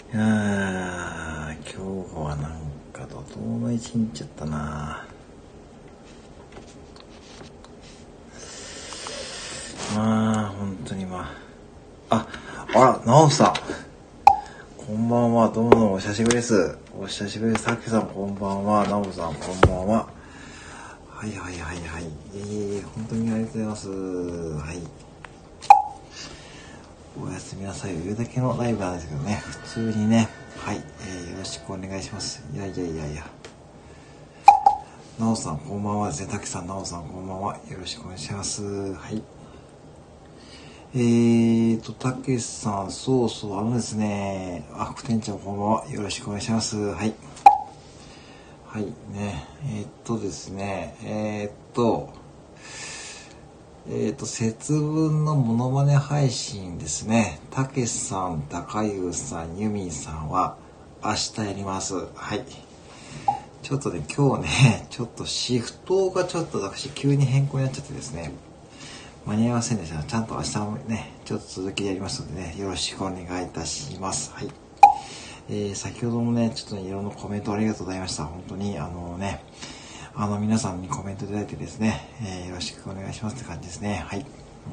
いやー、今日はなんか怒涛の一日やったな。まあ本当にあら、なおさんこんばんは。どうもお久しぶりです。お久しぶりです。さきさんこんばんは。なおさんこんばんは。はい本当にありがとうございます。はい、おやすみなさい言うだけのライブなんですけどね、普通にね。はい、よろしくお願いします。いやなおさんこんばんはですね。たけさん、なおさんこんばんは。よろしくお願いします。はい。たけさん、そうですね。副店長こんばんは。よろしくお願いします。はい。はい、ね。ですね。節分のモノマネ配信ですね。たけさん、たかゆうさん、ゆみさんは明日やります。はい。ちょっとね、今日ね、ちょっとシフトがちょっと私急に変更になっちゃってですね、間に合いませんでした。ちゃんと明日もね、ちょっと続きでやりますのでね、よろしくお願いいたします。はい。先ほどもね、ちょっといろんなコメントありがとうございました。本当に皆さんにコメントいただいてですね、よろしくお願いしますって感じですね。はい。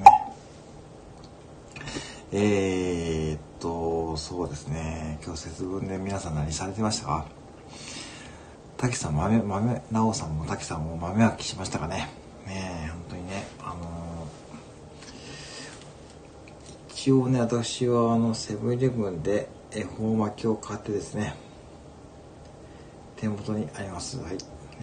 そうですね。今日節分で皆さん何されてましたか？たけさん、なおさんもたけさんも豆まきしましたかね。ねえ、本当にね、一応ね、私はセブンイレブンで恵方巻きを買ってですね、手元にあります。はい。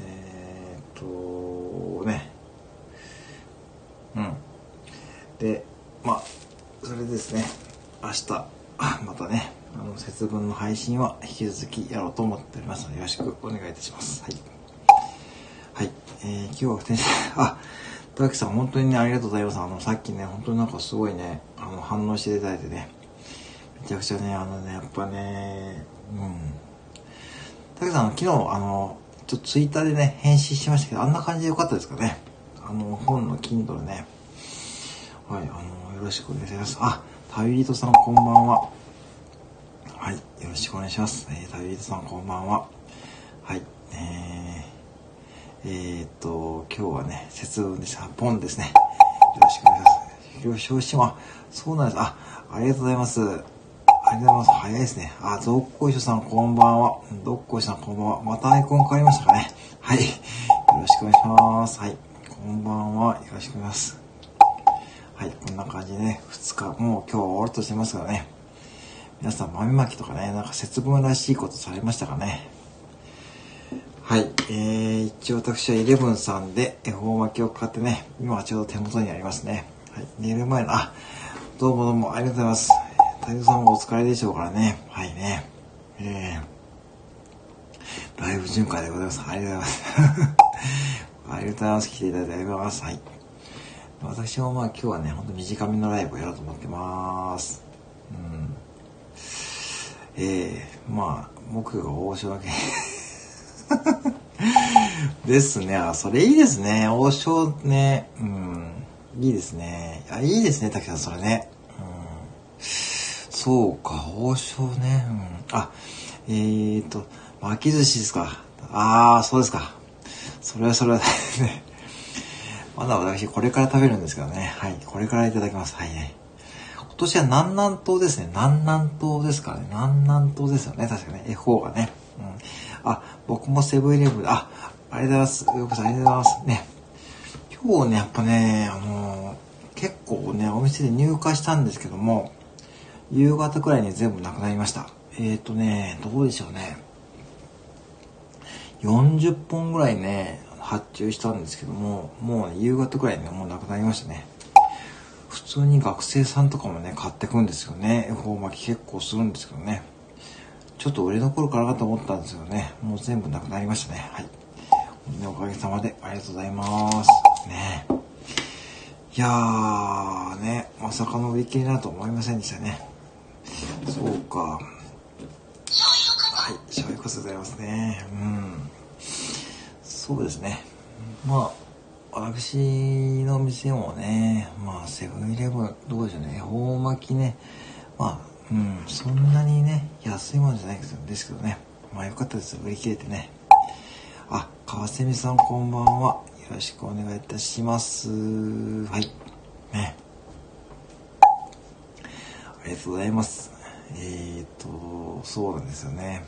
で、それですね、明日、またね、節分の配信は引き続きやろうと思っておりますので、よろしくお願いいたします。はい。はい。今日は田崎さん本当にね、ありがとうございます。さっきね、本当になんかすごいね、反応していただいてね、めちゃくちゃね、やっぱね、田崎さん、昨日、ちょっとツイッターでね、返信しましたけど、あんな感じでよかったですかね。本の Kindle ね。はい、よろしくお願いします。旅人さんこんばんは。はい、よろしくお願いします。旅人さんこんばんは。はい、今日はね、節分です。ポンですね。よろしくお願いします。表紙も、そうなんです。ありがとうございます。ありがとうございます。早いですね。ぞっこいしょさんこんばんは。どっこいしょさんこんばんは。またアイコン変わりましたかね。はい。よろしくお願いします。はい。こんばんは。よろしくお願いします。はい。こんな感じでね、2日、もう今日は終わるとしてますからね。皆さん豆まきとかね、なんか節分らしいことされましたかね。はい。一応私はイレブンさんで恵方巻きを買ってね、今はちょうど手元にありますね。はい。寝る前の、どうもありがとうございます。太蔵さんもお疲れでしょうからね。はいね。ライブ巡回でございます。ありがとうございます。ありがとうございます。来ていただいてありがとうございます。はい。私も今日はね、ほんと短めのライブをやろうと思ってます。僕が王将だけですね。それいいですね。王将ね。いいですね。いいですね、滝さん、それね。そうか、王将ね。巻き寿司ですか。そうですか。それはね。まだ私、これから食べるんですけどね。はい。これからいただきます。はいね。今年は南南東ですね。南南東ですからね。南南東ですよね。確かね。F4 がね。僕もセブンイレブン、ありがとうございます。よくさんありがとうございます。ね。今日ね、やっぱね、結構ね、お店で入荷したんですけども、夕方くらいに全部なくなりました。どうでしょうね。40本ぐらいね、発注したんですけども、もう、ね、夕方くらいにね、もうなくなりましたね。普通に学生さんとかもね、買ってくんですよね。恵方巻き結構するんですけどね。ちょっと売れ残るからかと思ったんですよね。もう全部なくなりましたね。はい。おかげさまでありがとうございます。ね。いやーね、まさかの売り切れになると思いませんでしたね。そうか。はい、醤油こそございますね。そうですね。私の店もね、セブンイレブン、どうでしょうね、恵方巻きね。 そんなにね、安いものじゃないですけどね。まあよかったです。売り切れてね。あ、川蝉さんこんばんは。よろしくお願いいたします。はい。ね。ありがとうございます。そうなんですよね。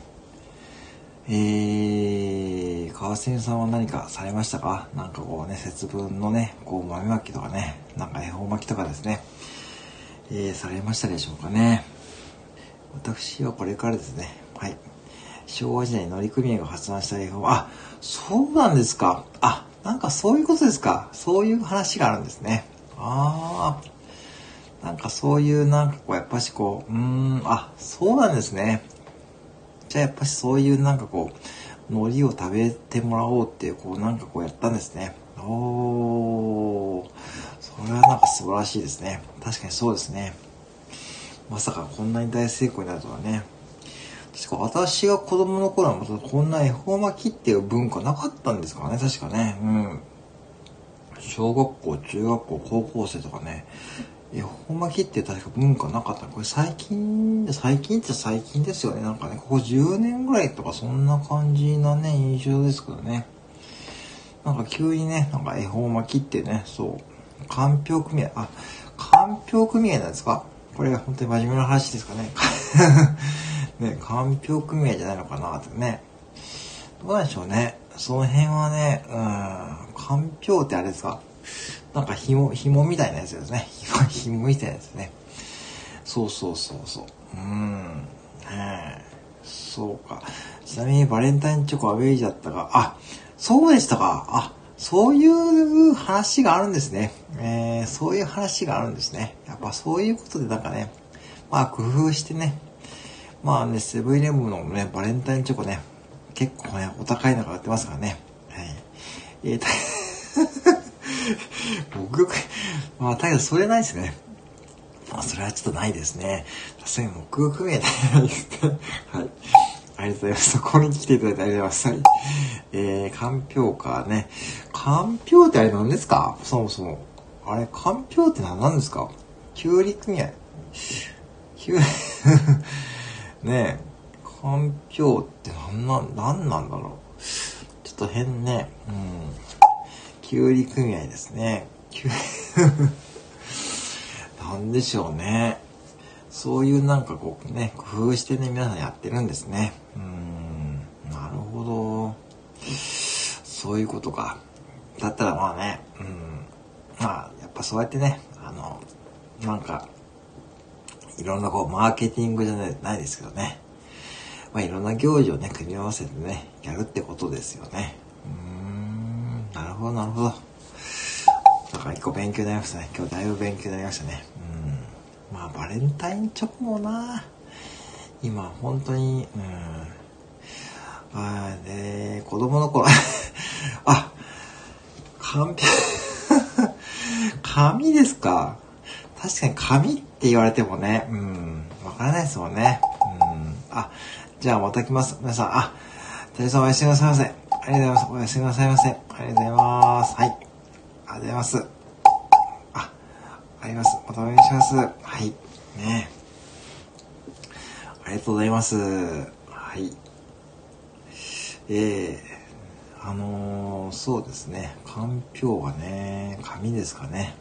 川蝉さんは何かされましたか？なんかこうね、節分のね、こう豆まきとかね、なんか恵方巻きとかですね。されましたでしょうかね。私はこれからですね。はい。昭和時代に乗組合が発案した恵方、あ、そうなんですか。あ、なんかそういうことですか。そういう話があるんですね。ああ、なんかそういうなんかこうやっぱしこう、あ、そうなんですね。じゃあやっぱしそういうなんかこう、海苔を食べてもらおうっていう、こうなんかこうやったんですね。おー、それはなんか素晴らしいですね。確かにそうですね。まさかこんなに大成功になるとはね。確か私が子供の頃はまたこんな恵方巻きっていう文化なかったんですからね、確かね。小学校、中学校、高校生とかね、恵方巻きって確か文化なかった。これ最近って最近ですよね。なんかね、ここ10年ぐらいとかそんな感じなね、印象ですけどね。なんか急にね、なんか恵方巻きってね、そう、かんぴょう組合、かんぴょう組合なんですか？これ本当に真面目な話ですかね。ね、かんぴょう組合じゃないのかなってね。どうなんでしょうね。その辺はね、かんぴょうってあれですか？なんか紐みたいなやつですね。紐みたいなやつね。そう。そうか。ちなみにバレンタインチョコアウェイじゃったが、あ、そうでしたか。あ、そういう話があるんですね。そういう話があるんですね。やっぱそういうことでなんかね、まあ工夫してね、まあね、セブンイレブンのね、バレンタインチョコね、結構ね、お高いのが売ってますからね。はい。僕、まあ、だけどそれないですね。まあ、それはちょっとないですね。さすがに僕含めないですね。はい。ありがとうございます。そこに来ていただいてありがとうございます。かんぴょうかね。かんぴょうってあれ何ですか？そもそも。あれ、かんぴょうって何なんですか？きゅうり組合。ねえ。かんぴょうってなんなんだろう。ちょっと変ね。きゅうり組合ですね。なんでしょうね。そういうなんかこうね、工夫してね、皆さんやってるんですね。なるほど。そういうことか。だったらまあね、まあ、やっぱそうやってね、なんか、いろんなこう、マーケティングじゃないですけどね。まあ、いろんな行事をね、組み合わせてね、やるってことですよね。なるほど。だから一個勉強になりましたね。今日だいぶ勉強になりましたね。まあ、バレンタインチョコもな、今、本当に、子供の頃、あ、紙紙ですか。確かに紙って言われてもね、わからないですもんね。じゃあまた来ます。皆さん、テレさんおやすみなさいませ。ありがとうございます。おやすみなさいませ。ありがとうございます。はい。ありがとうございます。あります。またお願いします。はい。ね。ありがとうございます。はい。そうですね。かんぴょうがね、紙ですかね。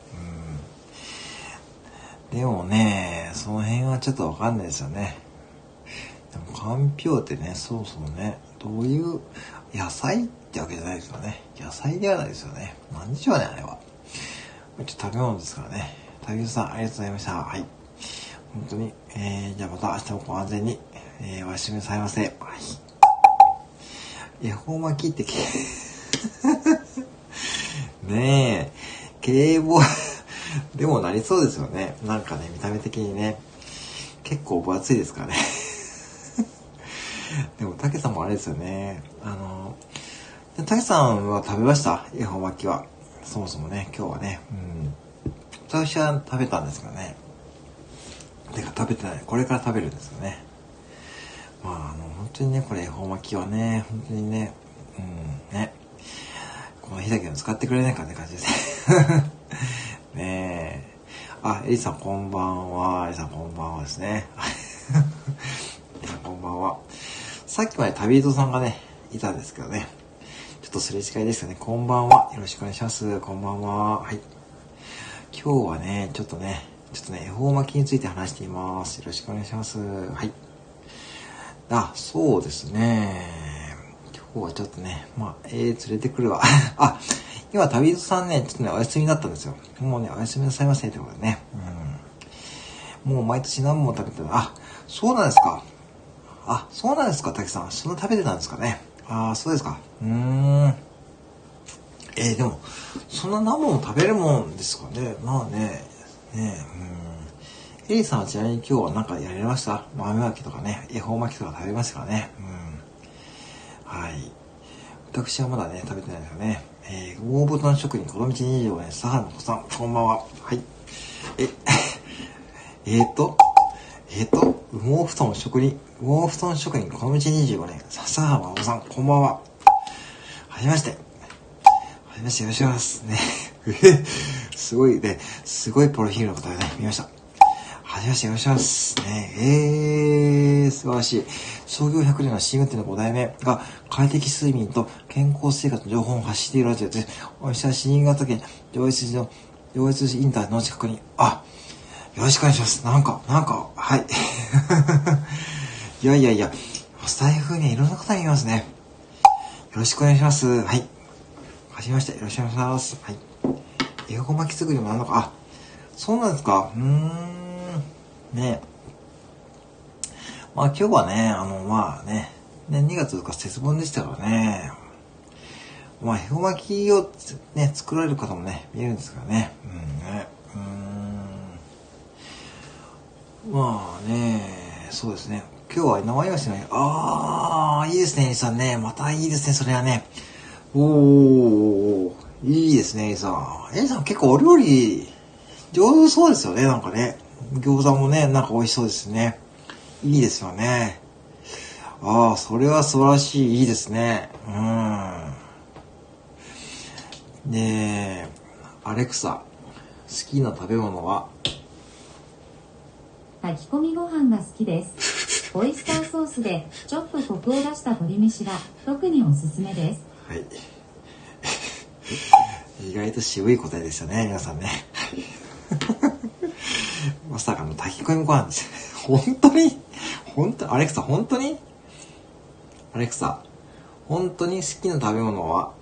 でもね、その辺はちょっとわかんないですよね。でもかんぴょうってね、そうね、どういう野菜ってわけじゃないですよね。野菜ではないですよね。なんでしょうね、あれは。ちょっと食べ物ですからね。竹内さん、ありがとうございました。はい。本当に、じゃあまた明日もご安全に、おやすみなさいませ。はい。恵方巻きってねえ、警棒でもなりそうですよね。なんかね、見た目的にね、結構分厚いですからね。でも、たけさんもあれですよね。たけさんは食べました？恵方巻きは。そもそもね、今日はね。私は食べたんですけどね。てか食べてない。これから食べるんですよね。まあ、本当にね、これ恵方巻きはね、本当にね、ね。この日だけを使ってくれないかって感じですね。ねえ。エリさんこんばんは。エリさんこんばんはですね。 こんばんは。さっきまで旅人さんがね、いたんですけどね。ちょっとすれ違いですよね。こんばんは。よろしくお願いします。こんばんは。はい。今日はね、ちょっとね、恵方巻きについて話しています。よろしくお願いします。はい。そうですね。今日はちょっとね、連れてくるわ。今旅人さんね、ちょっとね、お休みになったんですよ。もうね、お休みなさいませということでね。もう毎年何本食べてる。そうなんですか。そうなんですか、滝さん。そんな食べてたんですかね。そうですか。でも、そんな何本も食べるもんですかね。エリさんはちなみに今日は何かやられました？豆巻きとかね、恵方巻きとか食べましたからね。はい。私はまだね、食べてないですよね。羽毛布団職人、この道25年、佐原の子さん、こんばんは。はい。羽毛布団職人、この道25年、佐原の子さん、こんばんは。はじめまして。よろしくお願いしますね。すごいね、すごいプロフィールの方がね、見ました。はじめまして、よろしくお願いしますね。素晴らしい。創業100年の新運転の5代目が快適睡眠と健康生活の情報を発しているラジオです。お久しぶり、新潟県上越市インターの近くに、よろしくお願いします。はい。いや、スタイフね、いろんな方がいますね。よろしくお願いします。はい。はじめまして、よろしくお願いします。はい。恵方巻き作りもなんのか。そうなんですか。ね。今日はね、2月とか節分でしたからね。恵方巻きをね、作られる方もね、見えるんですからね。そうですね。今日は名前はしない。いいですね、イさんね。またいいですね、それはね。いいですね、イさん。イさん結構お料理上手そうですよね、なんかね。餃子もね、なんか美味しそうですね。いいですよね。それは素晴らしい。いいですね。アレクサ、好きな食べ物は？ 炊き込みご飯が好きです。オイスターソースでちょっとコクを出した鶏飯が特におすすめです。 はい。意外と渋い答えでしたね、皆さんね。まさかの炊き込みご飯です。本当にアレクサ、本当に好きな食べ物は？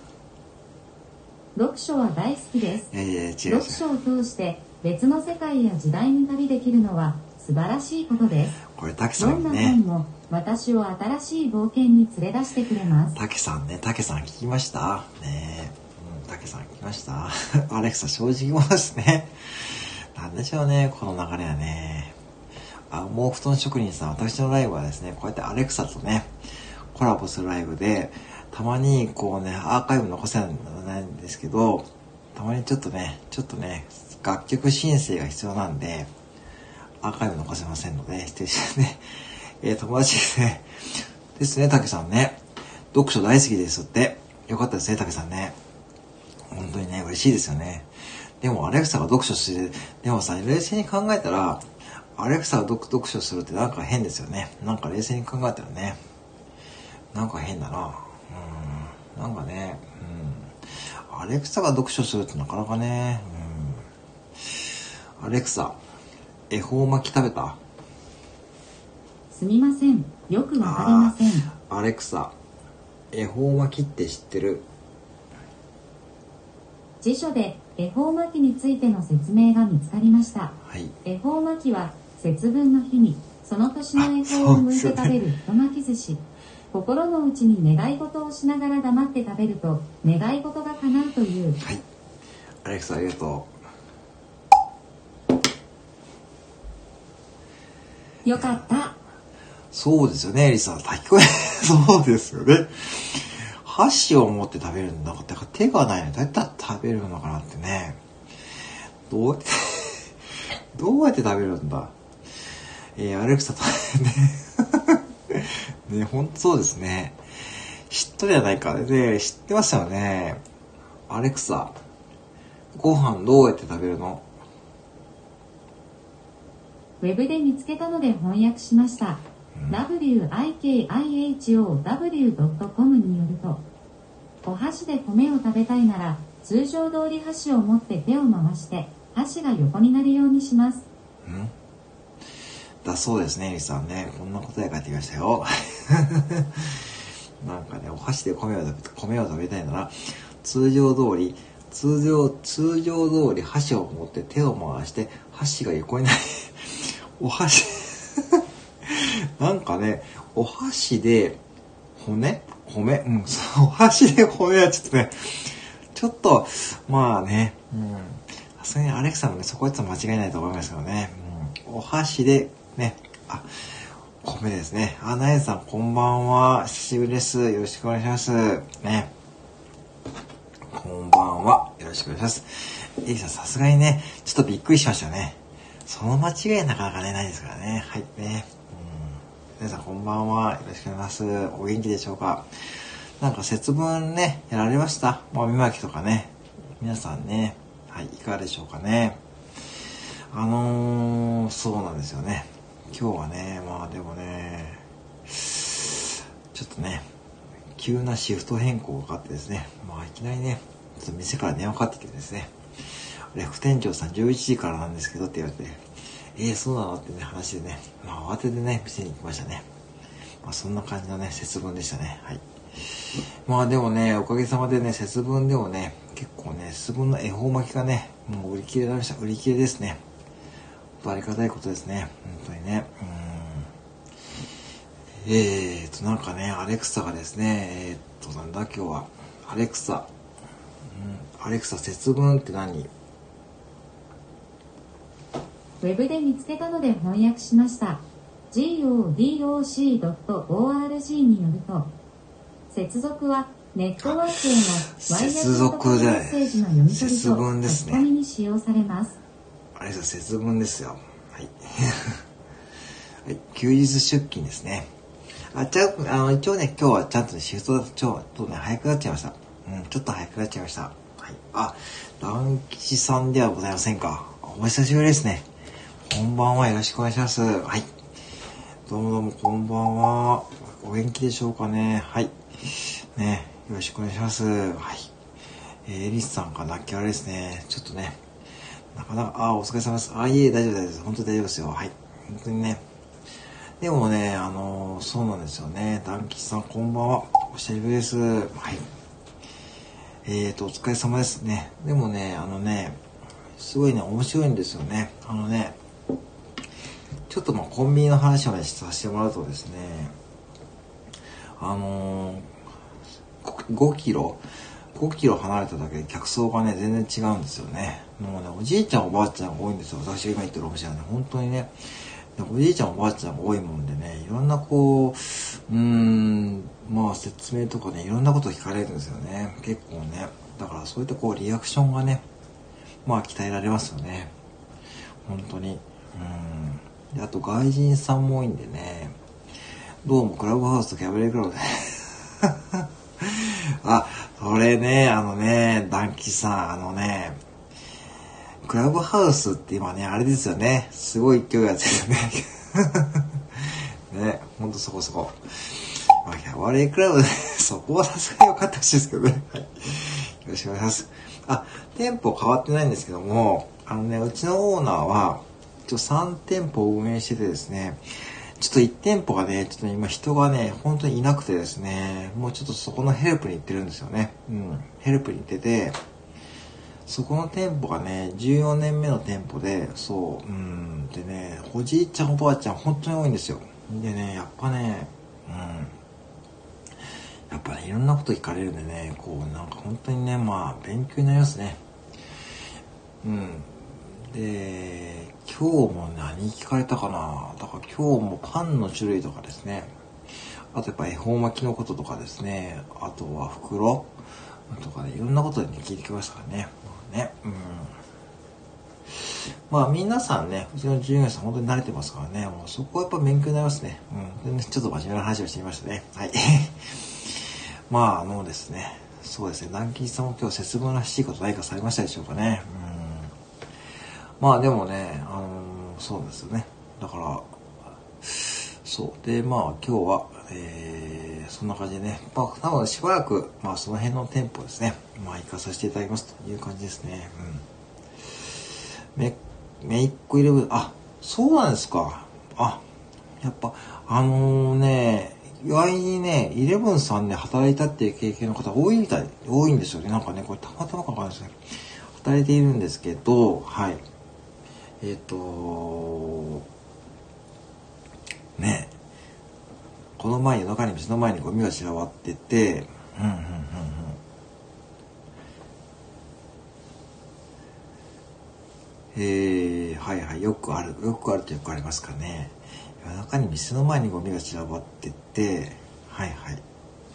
読書は大好きです。 違う。 読書を通して別の世界や時代に旅できるのは素晴らしいことです。 これ、竹さんね。 どんな本も私を新しい冒険に連れ出してくれます。 竹さん聞きましたね。竹さん聞きましたアレクサ、正直者ですね。なんでしょうね、この流れはね。羽毛布団職人さん、私のライブはですね、こうやってアレクサとね、コラボするライブで、たまにこうね、アーカイブ残せないんですけど、たまにちょっとね、楽曲申請が必要なんで、アーカイブ残せませんので、失礼しますね。友達ですね、竹さんね。読書大好きですって。よかったですね、竹さんね。本当にね、嬉しいですよね。でも、アレクサが読書して、でもさ、冷静に考えたら、アレクサが読書するってなんか変ですよね。なんか冷静に考えたらね。なんか変だな。なんかね、アレクサが読書するってなかなかね、アレクサ、恵方巻き食べた？ すみません。よくわかりません。 アレクサ、恵方巻きって知ってる？ 辞書で恵方巻きについての説明が見つかりました。 はい。 恵方巻きは節分の日にその年の恵方を剥いて食べる太巻き寿司。心の内に願い事をしながら黙って食べると願い事が叶うという。 はい。アレクサ、ありがとう。よかった。 そうですよね、エリさん。炊き込み、そうですよね。箸を持って食べるんだから、手がないの。どうやったら食べるのかなってね。どうやって食べるんだ。アレクサとね。ね、ほんとそうですね。知っとるやないか。で、知ってましたよね。アレクサ、ご飯どうやって食べるの？ ウェブで見つけたので翻訳しました。wikihow.com によると、お箸で米を食べたいなら、通常通り箸を持って手を回して、箸が横になるようにします。 だそうですね、エリさんね。こんな答えが返ってきましたよ。なんかね、お箸で米を食べたいなら、通常通り箸を持って手を回して、箸が横になり、お箸、なんかね、お箸で米、お箸で米はちょっとね、まあね、さすがにアレクさんもね、そこはちょっと間違いないと思いますけどね。お箸で、ね、米ですね。ナエさん、こんばんは。久しぶりです。よろしくお願いします。ね。こんばんは。よろしくお願いします。エリさん、さすがにね、ちょっとびっくりしましたね。その間違いなかなかね、ないですからね。はい、ね。皆さん、こんばんは。よろしくお願いします。お元気でしょうか。なんか節分ね、やられました？見巻きとかね。皆さんね、はい、いかがでしょうかね。そうなんですよね。今日はね、でもね、ちょっとね、急なシフト変更があってですね、いきなりね、ちょっと店から電話かかってきてですね、副店長さん11時からなんですけどって言われて、そうなのってね、話でね、慌ててね、店に行きましたね。そんな感じのね、節分でしたね。はい。でもね、おかげさまでね、節分でもね、結構ね、節分の恵方巻きがね、もう売り切れられました。売り切れですね。ありがたいことですね。本当にね。なんかね、アレクサがですね、なんだ今日は。アレクサ、節分って何？ ウェブで見つけたので翻訳しました。godoc.org によると、接続はネットワークへのワイヤレスメッセージの読み取りと書き込みに使用されます。 アレクサ、節分ですよ。はい。はい、休日出勤ですね。一応ね、今日はちゃんとね、シフトだとちょっとね、早くなっちゃいました。ちょっと早くなっちゃいました。はい。団吉さんではございませんか。お久しぶりですね。こんばんは、よろしくお願いします。はい。どうもこんばんは。お元気でしょうかね。はい。ね、よろしくお願いします。はい。エリスさんが泣き笑いですね。ちょっとね、なかなか、お疲れ様です。いえ、大丈夫です。本当に大丈夫ですよ。はい。本当にね。でもね、そうなんですよね。団吉さん、こんばんは。お久しぶりです。はい。お疲れ様ですね。でもね、すごいね、面白いんですよね。ちょっとコンビニの話をね、させてもらうとですね、5キロ離れただけで客層がね、全然違うんですよね。もうね、おじいちゃんおばあちゃんが多いんですよ。私が今言ってるお店はね、本当にね、おじいちゃんおばあちゃんが多いもんでね、いろんな説明とかね、いろんなこと聞かれるんですよね。結構ね。だからそういったリアクションがね、鍛えられますよね。本当に。で、あと外人さんも多いんでね、どうもクラブハウスとキャバレークラブでそれね、団吉さん、クラブハウスって今ね、あれですよね。すごい勢いやつですよね。ね、ほんとそこそこ。キャバレークラブで、そこはさすがに分かってほしいですけどね。はい。よろしくお願いします。店舗変わってないんですけども、うちのオーナーは、3店舗を運営しててですね、ちょっと1店舗がね、ちょっと今人がね、本当にいなくてですね、もうちょっとそこのヘルプに行ってるんですよね。ヘルプに行ってて、そこの店舗がね、14年目の店舗で、でね、おじいちゃんおばあちゃん本当に多いんですよ。でね、やっぱね、いろんなこと聞かれるんでね、なんか本当にね、勉強になりますね。で、今日も何聞かれたかな。だから今日もパンの種類とかですね。あとやっぱ恵方巻きのこととかですね。あとは袋とかね、いろんなことでね、聞いてきましたからね。皆さんね、うちの従業員さん本当に慣れてますからね。もうそこはやっぱ勉強になりますね。でね、ちょっと真面目な話をしてみましたね。はい。ですね。そうですね。団吉さんも今日節分らしいこと何かされましたでしょうかね。でもね、そうですよね。 だから、そう。で、まあ今日は、そんな感じでね、まあ多分しばらく、まあその辺の店舗ですね、まあ行かさせていただきますという感じですね。めいっ子11、あ、そうなんですか。あ、やっぱ、意外にね、11さんで働いたっていう経験の方多いんですよね。なんかね、これたまたまかわかんないですね。働いているんですけど、はい。ね、この前夜中に店の前にゴミが散らばってて、はいはい、よくあるとよくありますかね。夜中に店の前にゴミが散らばってて、はいはい。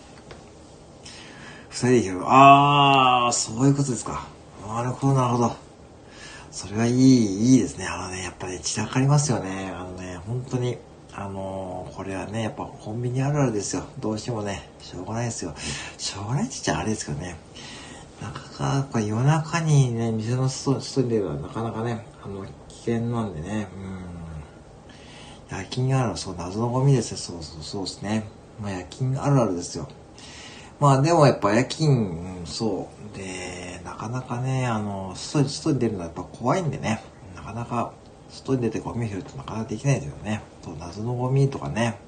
二人で拾う。そういうことですか。なるほど、なるほど。それはいいですね。やっぱね、散らかりますよね。本当に、これはね、やっぱコンビニあるあるですよ。どうしてもね、しょうがないですよ。しょうがないって言っちゃあれですけどね。なかなか夜中にね、店の外に出るのはなかなかね、危険なんでね。夜勤あるある、そう、謎のゴミですよ。そうですね。まあ夜勤あるあるですよ。まあでもやっぱ夜勤、そう。で、なかなかね、外に出るのはやっぱ怖いんでね。なかなか、外に出てゴミ拾うってなかなかできないですよね。そう、謎のゴミとかね。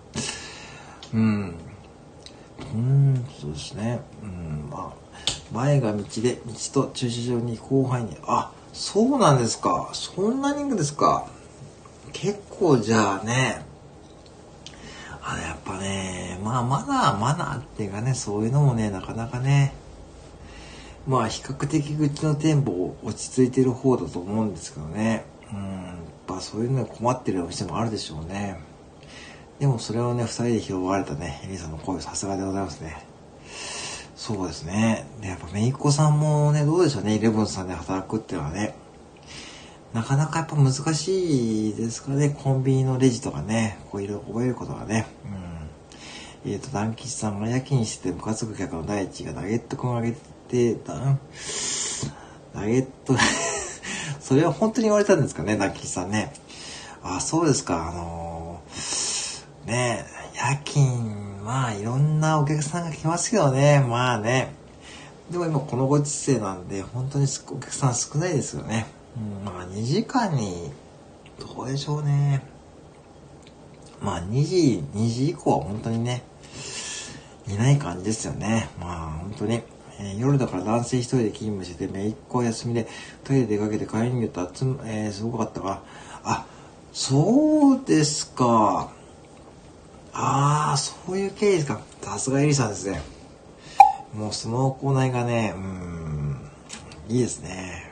そうですね。まあ、前が道で、道と駐車場に広範囲に、あ、そうなんですか。そんなにですか。結構じゃあね、やっぱね、まあマナーっていうかね、そういうのもね、なかなかね、まあ比較的うちの店舗落ち着いてる方だと思うんですけどね。やっぱそういうのに困ってるお店もあるでしょうね。でもそれをね、二人で拾われたね、エリさんの声さすがでございますね。そうですね。で、やっぱめいっ子さんもね、どうでしょうね、11さんで働くっていうのはね。なかなかやっぱ難しいですからね、コンビニのレジとかね、こういろいろ覚えることがね。団吉さんが夜勤してムカつく客の第一がナゲットくんあげてた、ナゲット、それは本当に言われたんですかね、団吉さんね。あ、そうですか、ね、夜勤、まあいろんなお客さんが来ますけどね、まあね。でも今このご時世なんで、本当にお客さん少ないですよね。まあ2時間に、どうでしょうね。まあ2時以降は本当にね、いない感じですよね。まあ本当に。夜だから男性一人で勤務してて、姪っ子は休みで、二人で出かけて帰りに言ったらすごかったから、あ、そうですか。そういう経緯ですか。さすがエリさんですね。もうその行いがね、いいですね。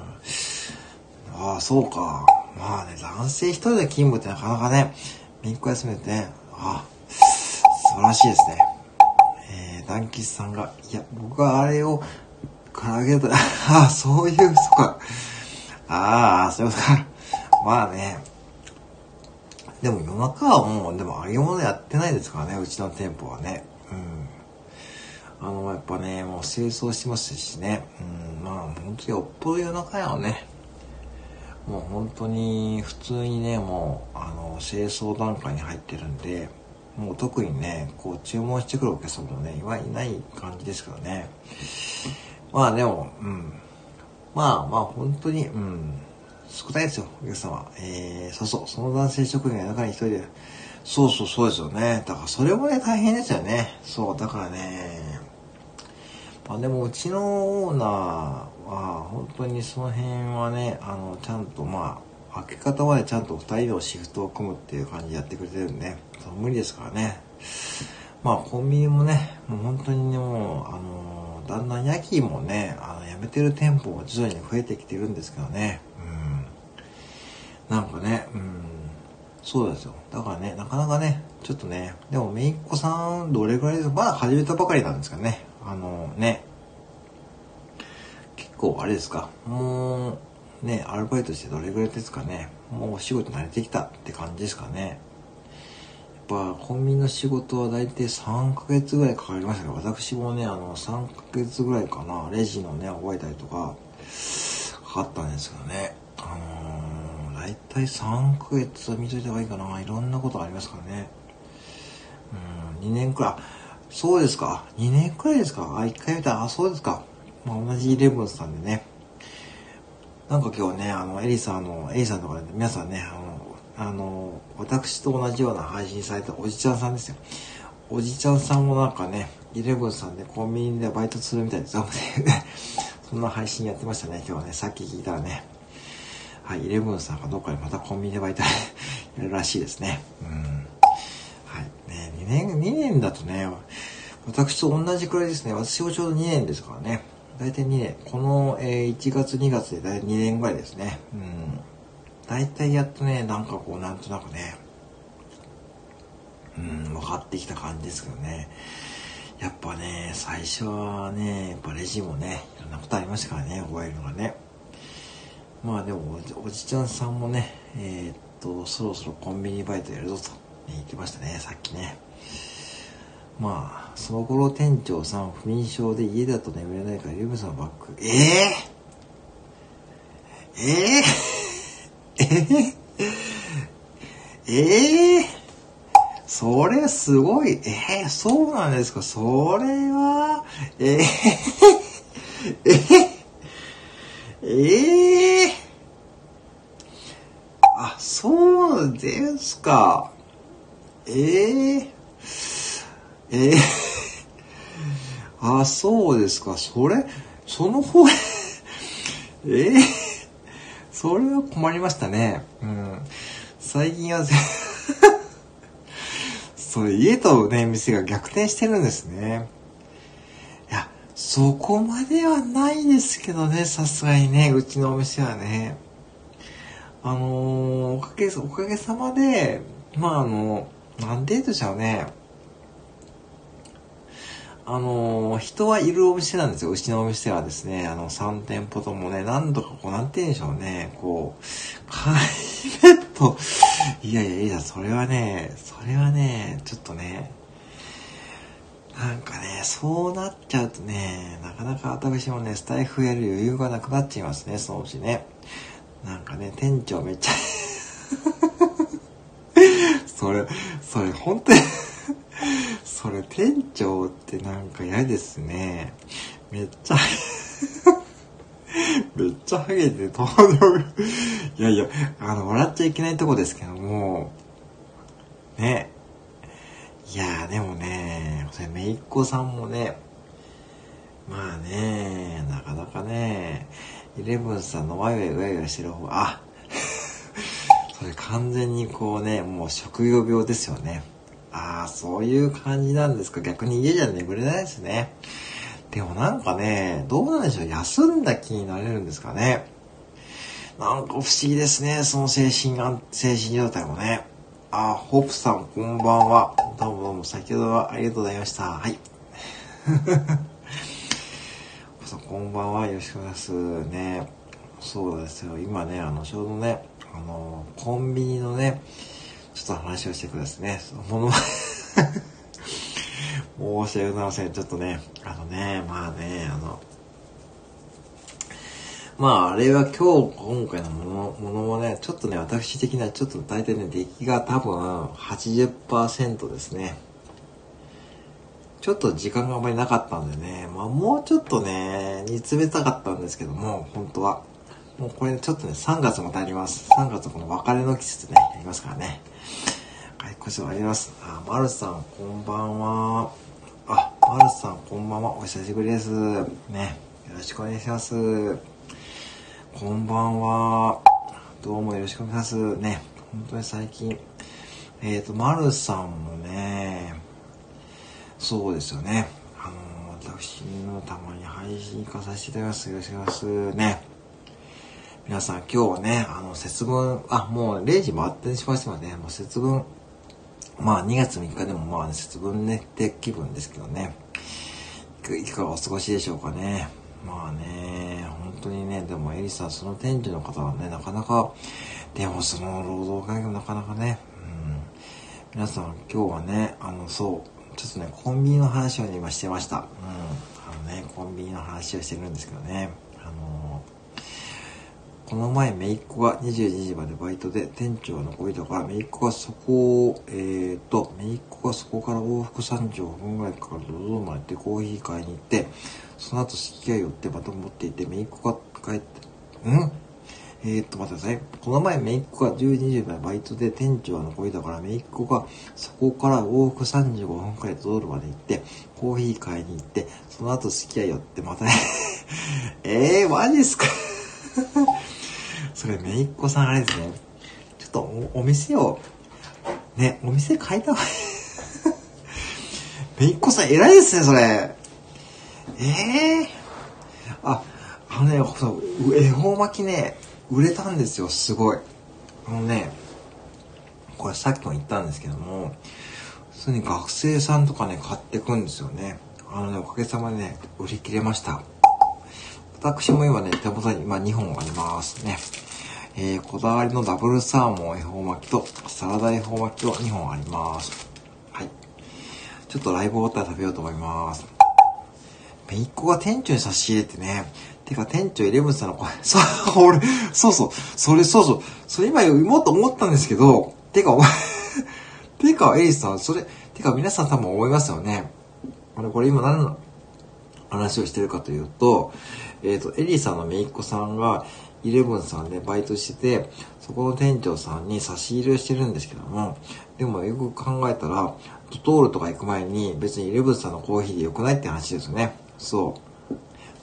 そうか。まあね、男性一人で勤務ってなかなかね、3日休めてね、素晴らしいですね。団吉さんが、いや、僕はあれを、唐揚げだ、そういう、そうか。そういうことか。まあね。でも夜中はもう、でも揚げ物やってないですからね、うちの店舗はね。やっぱね、もう清掃してますしね。まあ本当によっぽど夜中やはね、もう本当に普通にね、もう、清掃段階に入ってるんで、もう特にね、こう注文してくるお客様もね、いない感じですからね。まあでも、まあ本当に、少ないですよ、お客様。その男性職員が中に一人で、そうですよね。だからそれもね、大変ですよね。そう、だからね、まあでもうちのオーナーは、本当にその辺はね、ちゃんと開け方までちゃんと二人のシフトを組むっていう感じでやってくれてるんで、無理ですからね。まあコンビニもね、もう本当にね、もう、だんだん夜勤もね、辞めてる店舗も徐々に増えてきてるんですけどね。なんかね、そうですよ。だからね、なかなかね、ちょっとね、でもめいっ子さんどれぐらいですか？まだ始めたばかりなんですかね。結構あれですか。もう、ね、アルバイトしてどれぐらいですかね。もうお仕事慣れてきたって感じですかね。やっぱコンビニの仕事は大体3ヶ月ぐらいかかりましたけど、私もね、3ヶ月ぐらいかな、レジのね、覚えたりとか、かかったんですけどね。だだいたい3ヶ月は見といた方がいいかな。いろんなことがありますからね。2年くらい、そうですか。2年くらいですか。1回見た。そうですか。同じイレブンさんでね。なんか今日ね、エリさんとかで、皆さんね、私と同じような配信されたおじちゃんさんですよ。おじちゃんさんもなんかね、イレブンさんでコンビニでバイトするみたいですよ。そんな配信やってましたね、今日はね。さっき聞いたらね。はい、イレブンさんがどっかでまたコンビニでバイトやるらしいですね。はい。ね、2年だとね、私と同じくらいですね。私もちょうど2年ですからね。だいたい2年。この、1月2月でだいたい2年ぐらいですね。だいたいやっとね、なんかこう、なんとなくね、分かってきた感じですけどね。やっぱね、最初はね、やっぱレジもね、いろんなことありましたからね、覚えるのがね。でもおじちゃんさんもね、そろそろコンビニバイトやるぞと、言ってましたね、さっきね。その頃店長さん不眠症で家だと眠れないからリブさんバック。それすごい。そうなんですか。それは、あ、そうですか。あ、そうですか。その方、それは困りましたね。最近はそれ家とね、店が逆転してるんですね。いや、そこまではないですけどね、さすがにね、うちのお店はね。おかげさまで、なんて言うんでしょうね。人はいるお店なんですよ。うちのお店はですね、3店舗ともね、なんとかこう、なんて言うんでしょうね、こう、カイベット、いや、それはね、ちょっとね、なんかね、そうなっちゃうとね、なかなか私もね、スタイフやる余裕がなくなっちゃいますね、そのうちね。なんかね、店長めっちゃそれ、本当にそれ店長ってなんか嫌ですね。めっちゃハゲて登場いや、笑っちゃいけないとこですけども、ね。いやでもね、それめいっ子さんもね、なかなかね、イレブンさんのワイワイしてる方が、それ完全にこうね、もう職業病ですよね。そういう感じなんですか。逆に家じゃ眠れないですね。でもなんかね、どうなんでしょう。休んだ気になれるんですかね。なんか不思議ですね。その精神状態もね。ホップさんこんばんは。どうも先ほどはありがとうございました。はい。こんばんは。よろしくお願いしますね。そうですよ。今ね、ちょうどね、コンビニのね、ちょっと話をしてくださいね。申し訳ございません。ちょっとね、あれは今回のものはね、ちょっとね、私的にはちょっと大体ね、出来が多分 80% ですね。ちょっと時間があまりなかったんでね、もうちょっとね、煮詰めたかったんですけども、本当は。もうこれちょっとね、3月またやります。3月この別れの季節ね、やりますからね。はい、ご視聴ありがとうございます。マルさん、こんばんは。マルさん、こんばんは。お久しぶりです。ね、よろしくお願いします。こんばんは。どうもよろしくお願いします。ね、本当に最近。マルさんもね、そうですよね。私のたまに配信化させていただきます。よろしくお願いしますね。皆さん今日はね、節分、もう0時回ってしまいましたので、もう節分、2月3日でも節分ねって気分ですけどね。いかがお過ごしでしょうかね。本当にね、でもエリさん、その店長の方はね、なかなか、でもその労働会議もなかなかね、皆さん今日はね、ちょっとね、コンビニの話をね、今してました。コンビニの話をしてるんですけどね。 この前、姪っ子が22時までバイトで、店長が残りだから、姪っ子がそこから往復35分ぐらいかかると、ドドまで行ってコーヒー買いに行って、その後、すき家寄ってまた持っていて、姪っ子が帰って、待ってください。この前、姪っ子が12時までバイトで、店長が残りだから、姪っ子がそこから往復35分くらいドドまで行って、コーヒー買いに行って、その後、すき家寄ってまたね、マジっすかそれ、姪っ子さんあれですね。ちょっとお店を、ね、お店変えた方がいい。姪っ子さん偉いですね、それ。恵方巻きね、売れたんですよ、すごい。これさっきも言ったんですけども、普通に学生さんとかね、買ってくんですよね。おかげさまでね、売り切れました。私も今ね、手元に2本ありますね。こだわりのダブルサーモン恵方巻きとサラダ恵方巻きと2本あります。はい。ちょっとライブ終わったら食べようと思います。姪っ子が店長に差し入れてね、てか店長イレブンさんの声、それ今言おうと思ったんですけど、てかエリスさん、皆さん多分思いますよね。これ今何の話をしてるかというと、エリーさんの姪っ子さんがイレブンさんでバイトしてて、そこの店長さんに差し入れをしてるんですけども、でもよく考えたら、ドトールとか行く前に別にイレブンさんのコーヒーで良くないって話ですよね。そう。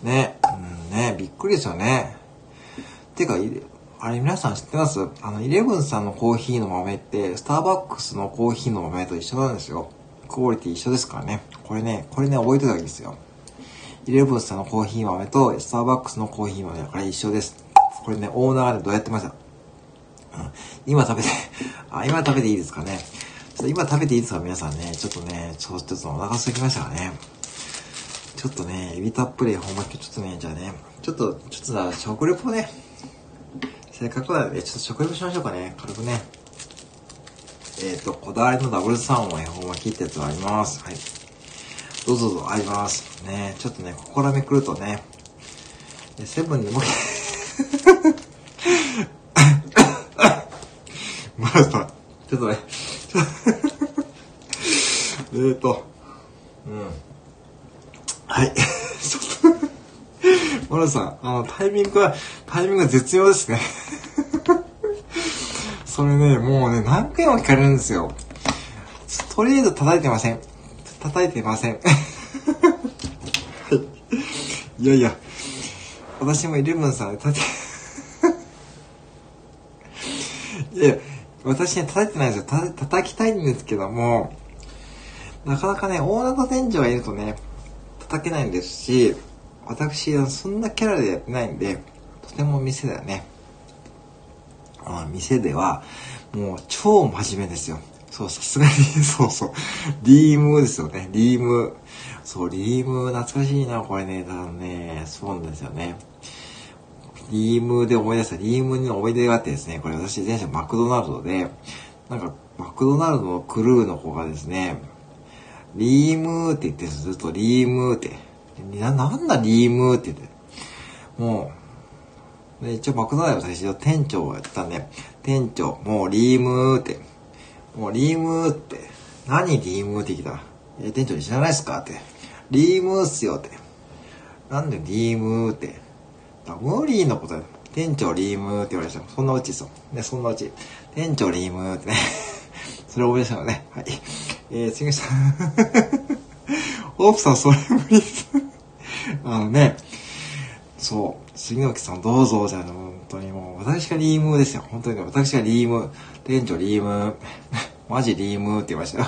ね、びっくりですよね。てか、あれ皆さん知ってます？イレブンさんのコーヒーの豆って、スターバックスのコーヒーの豆と一緒なんですよ。クオリティ一緒ですからね。これね、覚えておいた方がいいですよ。イレブンさんのコーヒー豆とスターバックスのコーヒー豆だから一緒です。これね、オーナーでどうやってました？今食べていいですかね。今食べていいですか皆さんね。ちょっとお腹空きましたからね。ちょっとね、エビたっぷりほんまにちょっとね、じゃあね、ちょっと食レポね。せっかくなので、ちょっと食レポしましょうかね。軽くね。こだわりのダブルサーモン恵方巻きってやつがあります。はい。どうぞあります。ね、ちょっとね、ここらめくるとね、セブンでもまださ、ちょっとね、はい。マラさん、タイミングが絶妙ですね。それね、もうね、何回も聞かれるんですよ。とりあえず叩いてません。いやいや、私もイレブンさんでいやいや、私ね、叩いてないですよ。叩きたいんですけども、なかなかね、オーナーと店長がいるとね、叩けないんですし、私はそんなキャラでやってないんで、とても店だよね。店では、もう超真面目ですよ。そう、さすがに、リームですよね、リーム。そう、リーム、懐かしいな、これね、そうなんですよね。リームで思い出した、リームに思い出があってですね、これ私前者マクドナルドで、マクドナルドのクルーの子がですね、リームって言ってずっとリームって、なんだリームって言って、もう、で一応マクドナルド最初店長がやってたんで、店長、もうリームって、何リームって聞いたら、店長に知らないっすかって、リームっすよって、なんでリームって、無理のことだよ。店長リームって言われてた。そんなうちですよ。ね、そんなうち。店長リームってね。それ覚えましたよね。はい。次さん。オープさん、それ無理です。そう。杉野木さんどうぞ、じゃあ、本当にもう、私がリームですよ。本当に私がリーム。店長リーム。マジリームって言いましたよ。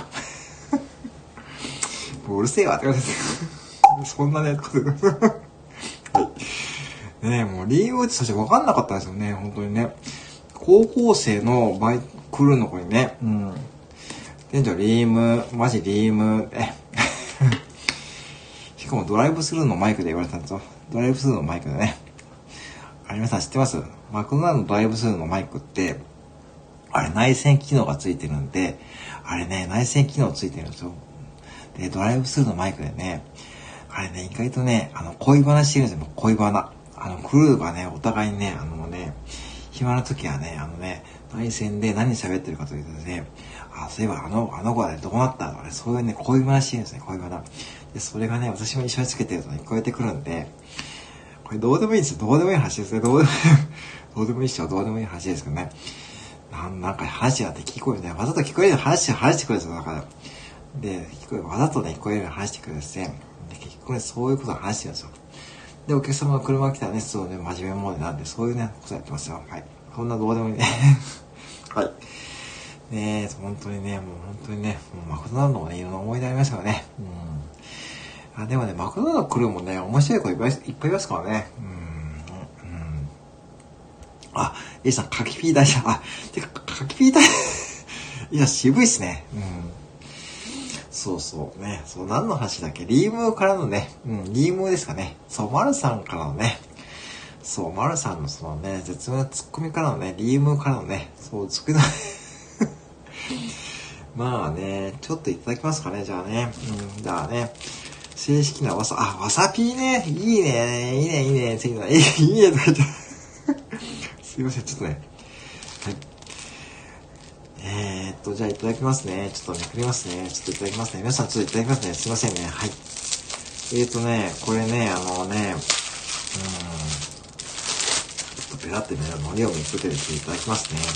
もううるせえわって言われて。そんなね、ことで。ねえ、もうリームって最初分かんなかったんですよね、本当にね。高校生の来るの子にね、店長リーム、マジリーム、しかもドライブスルーのマイクで言われたんですよ。ドライブスルーのマイクでね。皆さん知ってます？マクドナルドのドライブスルーのマイクって、あれ内線機能がついてるんで、内線機能ついてるんですよ。で、ドライブスルーのマイクでね、意外とね、恋バナしてるんですよ、恋バナ。クルーがね、お互いにね、 暇な時はね、内戦で何喋ってるかというとですね、そういえばあの子はね、どうなったとかね、そういうね、恋話ですね、恋話。で、それがね、私も一緒につけてるとね、聞こえてくるんで、これどうでもいいんですよ。どうでもいい話ですね。どうでもいいっしょ。どうでもいい話ですけどね。なんか話があって聞こえるね。わざと聞こえる話してくるんですよ。だから。で、わざとね、聞こえるように話してくるんですね。で、結局ね、そういうことを話してるんですよ。で、お客様が車が来たらね、そうね、真面目モードなんで、そういうね、ことやってますよ。はい。そんなどうでもいいね。はい。ねえ、本当にね、もうマクドナルドもね、いろんな思い出ありましたよね。でもね、マクドナルド来るもね、面白い子いっぱいいますからね。A さん、柿ピー大事。てか、柿ピー大事。いや、渋いっすね。そうそうね。そう、何の話だっけ？リームからのね、リームですかね。そう、マルさんからのね、そう、マルさんのそのね、絶妙なツッコミからのね、リームからのね、そう、まあね、ちょっといただきますかね、じゃあね。じゃあね、正式なわさピーね。いいね、次の、いいね、とか言って。すいません、ちょっとね。はい。じゃあいただきますね。ちょっとめくりますね。ちょっといただきますね。皆さんちょっといただきますね。すいませんね。はい。これね、ちょっとペラってね、海苔をめくっていただきますね。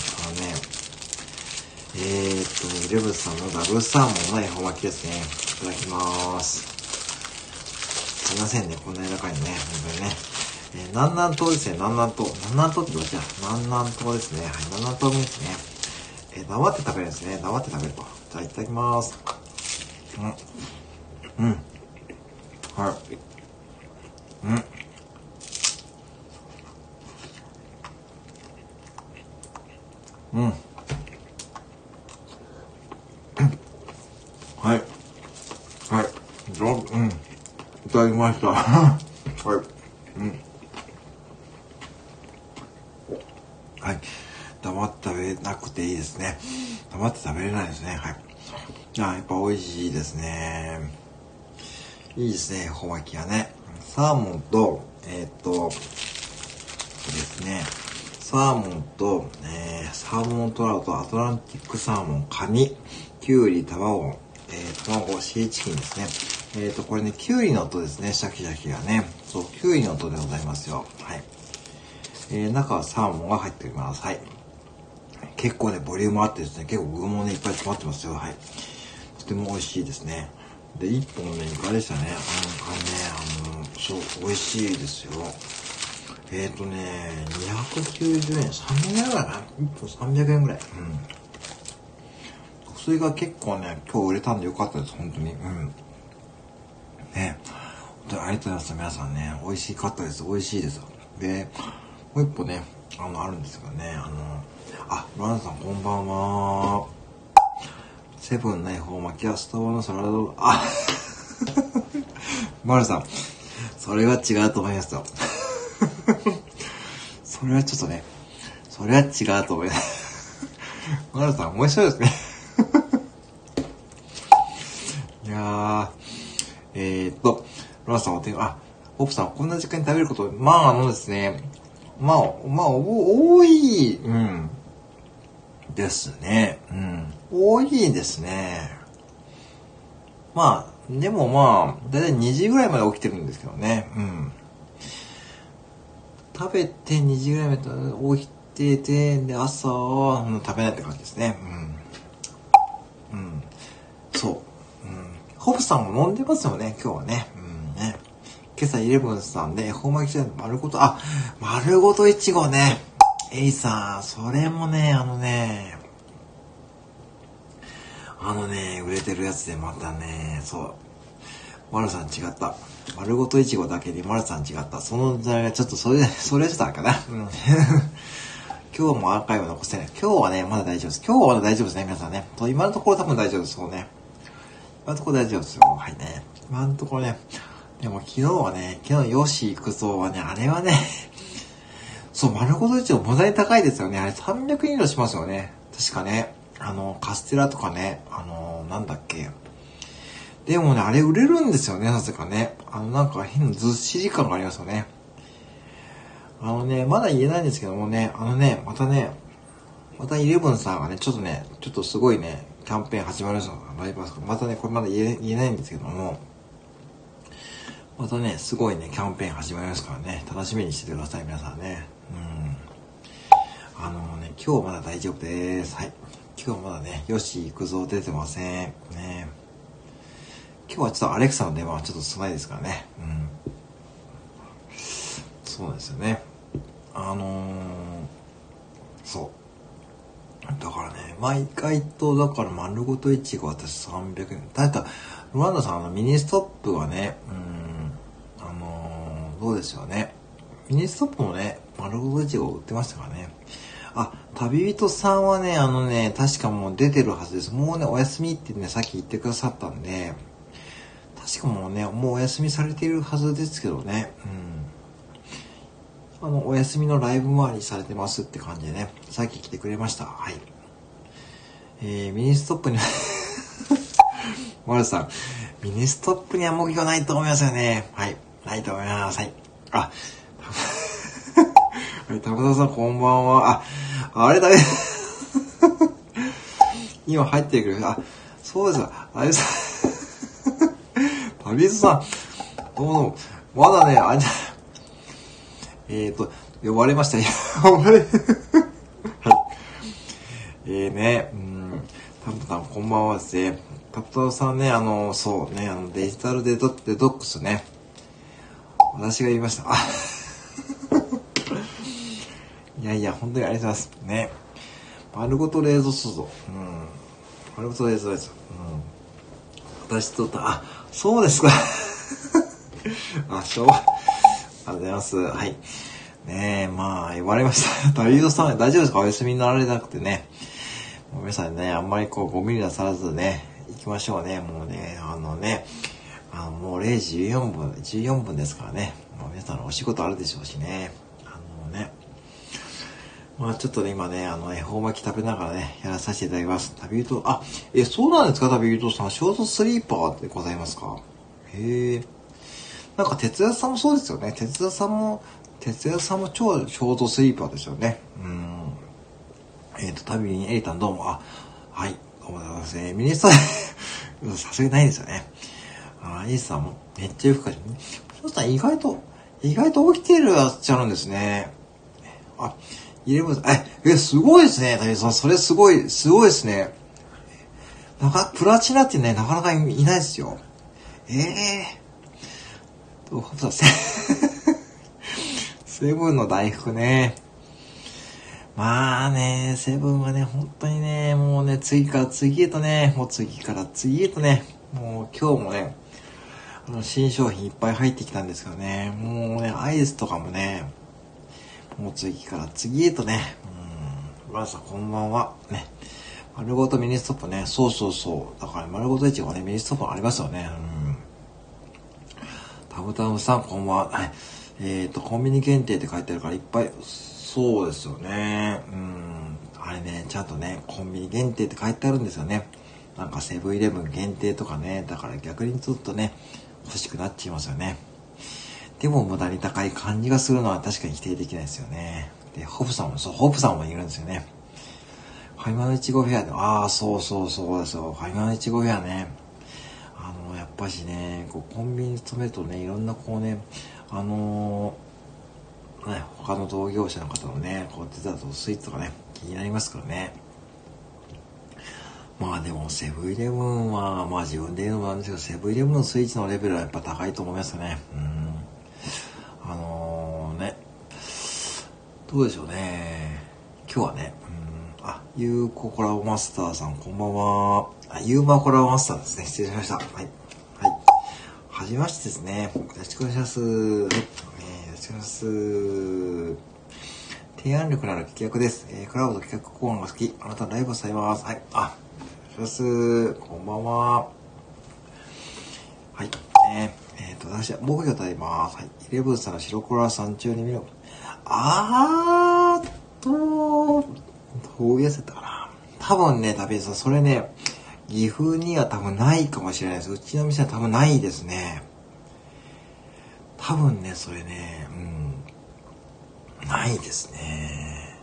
レブさんのダブルサーモンの恵方巻きですね。いただきます。すいませんね、こんな柔らかいのね、本当にね。南南東ですね、南南東ってどっちだ？南南東ですね。はい、南南東ですね。黙って食べるんですね。黙って食べると。じゃあ、いただきます。はい。はい。はい。いただきました。はい。はい。黙って食べなくていいですね。黙って食べれないですね。はい。やっぱ美味しいですね。いいですね、恵方巻きはね。サーモンと、ですね。サーモンと、サーモントラウト、アトランティックサーモン、カニ、キュウリ、卵、シーチキンですね。これね、キュウリの音ですね、シャキシャキがね。そう、キュウリの音でございますよ。はい。中はサーモンが入っております。はい。結構ね、ボリュームあってですね、結構具もね、いっぱい詰まってますよ。はい。とても美味しいですね。で、1本ね、いかがでしたね。そう、美味しいですよ。290円、300円ぐらいかな。1本300円ぐらい。それが結構ね、今日売れたんでよかったです、本当に。ね。本当にありがとうございます、皆さんね。美味しかったです。美味しいです。で、もう一本ね、あるんですけどね、ロランさんこんばんは。セブンの恵方巻きはストーブのサラダドマルさん、それは違うと思いますよ。それはちょっとね、それは違うと思います。マルさん面白いですね。いやー、ロランさんオプさんこんな時間に食べること、ですね、多い、ですね。多いですね。でもだいたい2時ぐらいまで起きてるんですけどね。食べて2時ぐらいまで起きてて、で、朝は食べないって感じですね。そう。ホブさんも飲んでますよね、今日はね。今朝イレブンさんで、恵方巻きじゃ丸ごと、丸ごといちごね。エイさん、それもね、売れてるやつでまたね、そう。丸さん違った。丸ごといちごだけに丸さん違った。その時代がちょっとそれちょっとあるかな。今日もアーカイブ残してない。今日はね、まだ大丈夫です。今日はまだ大丈夫ですね、皆さんね。今のところ多分大丈夫です。そうね。今のところ大丈夫ですよ。はいね。今のところね。でも昨日ヨシ行くぞはね、あれはね、そう、丸ごといちご無駄に高いですよね。あれ300円以上しますよね。確かね。カステラとかね、なんだっけ。でもね、あれ売れるんですよね、なぜかね。なんか変なずっしり感がありますよね。 まだ言えないんですけどもね、またイレブンさんがね、ちょっとすごいね、キャンペーン始まるんですよ。ライブハウス。またね、これまだ言えないんですけども、またね、すごいね、キャンペーン始まりますからね、楽しみにしててください、皆さんね。今日まだ大丈夫です。はい。今日まだね、よし、行くぞ出てません。ね。今日はちょっとアレクサの電話はちょっと少ないですからね。そうなんですよね。そう。だからね、毎回と、だから丸ごと1が私300円。だいたい、ロランダさん、ミニストップはね、どうですよね。ミニストップもね、丸ごと1が売ってましたからね。旅人さんはね、確かもう出てるはずです。もうね、お休みってね、さっき言ってくださったんで、確かもうね、もうお休みされているはずですけどね。お休みのライブ回りされてますって感じでね、さっき来てくれました。はい。ミニストップにマルさん、ミニストップには目標ないと思いますよね。はい。ないと思います。はい。はい、田村さんこんばんは。あれだね。今入ってくる。そうですか。あれさ、旅人さん、どうも、まだね、呼ばれました。呼ばれ、はい。タプタンこんばんはですね。タプタンさんね、そうね、デジタルデトックスね。私が言いました。いや、本当にありがとうございます。ね。丸ごと冷蔵素丸ごと冷蔵です。私とそうですか。ありがとうございます。はい。ねえ、呼ばれました。旅人さん、大丈夫ですか？お休みになられなくてね。もう皆さんね、あんまりご無理なさらずね、行きましょうね。もうね、もう0時14分ですからね。もう皆さんのお仕事あるでしょうしね。ちょっとね、今ね、恵方巻き食べながらね、やらさせていただきます。旅人、そうなんですか、旅人さん。ショートスリーパーってございますか？へえ。なんか、哲也さんもそうですよね。哲也さんも超ショートスリーパーですよね。旅にエリタンどうも、はい、どうもございますね。ミニストさすがにないですよね。エリさんもめっちゃ夜更かしね。ショートさん意外と起きてるやつちゃうんですね。イレブンさん、すごいですね、旅さん。それすごいですね。プラチナってね、なかなかいないですよ。セブンの大福ね。セブンはね、本当にね、もうね、次から次へとね、もう今日もね、新商品いっぱい入ってきたんですけどね、もうね、アイスとかもね、もう次から次へとね、皆さんこんばんは。ね。丸ごとミニストップね、そう。。だから丸ごとイチゴね、ミニストップありますよね。タブタブさんこんばんは。コンビニ限定って書いてあるからいっぱい、そうですよね。あれね、ちゃんとね、コンビニ限定って書いてあるんですよね。なんかセブンイレブン限定とかね、だから逆にちょっとね、欲しくなっちゃいますよね。でも無駄に高い感じがするのは確かに否定できないですよね。で、ホプさんもいるんですよね。ファイマのいちごフェアで、そうですよ。ファイマのいちごフェアね。やっぱしね、コンビニに勤めるとね、いろんな他の同業者の方のね、デザート、スイーツとかね、気になりますからね。でも、セブンイレブンは、自分で言うのもなんですけど、セブンイレブンのスイーツのレベルはやっぱ高いと思いますね。どうでしょうね。今日はね、ユーココラボマスターさん、こんばんは。ユーマコラボマスターですね。失礼しました。はい。はじめましてですね。よろしくお願いします。よろしくお願いします。提案力のある聞き役です。クラブと企画コーナーが好き。あなたのライブをされます。はい。お願いします。こんばんは。はい。私は木魚を食べます。はい。イレブンさんの白黒山中に見ろ。どういうやつだったかな。多分ね、旅さん、それね、岐阜には多分ないかもしれないです。うちの店は多分ないですね。多分ね、それね、 ないですね。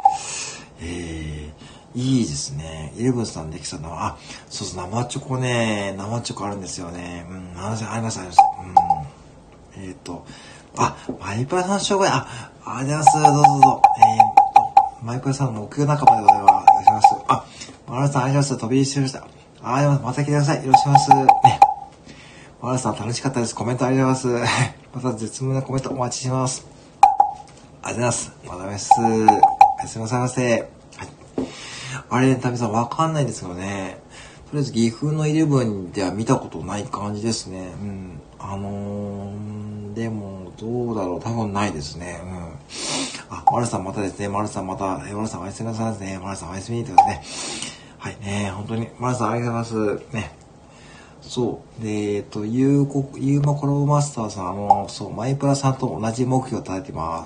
いいですね。イレブンさんできたのは、そうそう、生チョコね、生チョコあるんですよね。あります、あります。マイプラさん紹介、ありがとうございます。どうぞどうぞ。マイプラさんの目標仲間でございます。お願いします。マラさん、ありがとうございます。飛び入りしてました。ありがとうございます。また来てください。よろしくお願いします。ね。マラさん、楽しかったです。コメントありがとうございます。また絶妙なコメントお待ちしてます。ありがとうございます。またです。おやすみなさいませ。はい。あれ、タミさん、わかんないんですけどね。とりあえず、岐阜のイレブンでは見たことない感じですね。でも、どうだろう。多分ないですね。マルさんまたですね。マルさんまた、マルさんおやすみなさいですね。マルさんおやすみってことですね。はいね、本当に、マルさんありがとうございます。ね。そう。で、ゆうまコラボマスターさん、そう、マイプラさんと同じ目標を立ててます。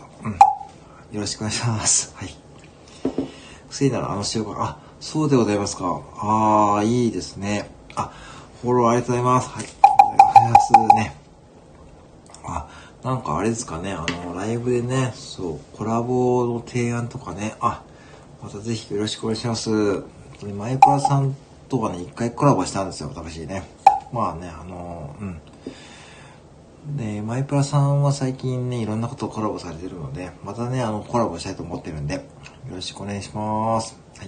よろしくお願いします。はい。不正なら塩が、そうでございますか。いいですね。フォローありがとうございます。はい。ありがとうございますね。なんかあれですかね、ライブでね、そう、コラボの提案とかね、またぜひよろしくお願いします。マイプラさんとはね、一回コラボしたんですよ、私ね。で、マイプラさんは最近ね、いろんなことをコラボされてるので、またね、コラボしたいと思ってるんで、よろしくお願いします。はい。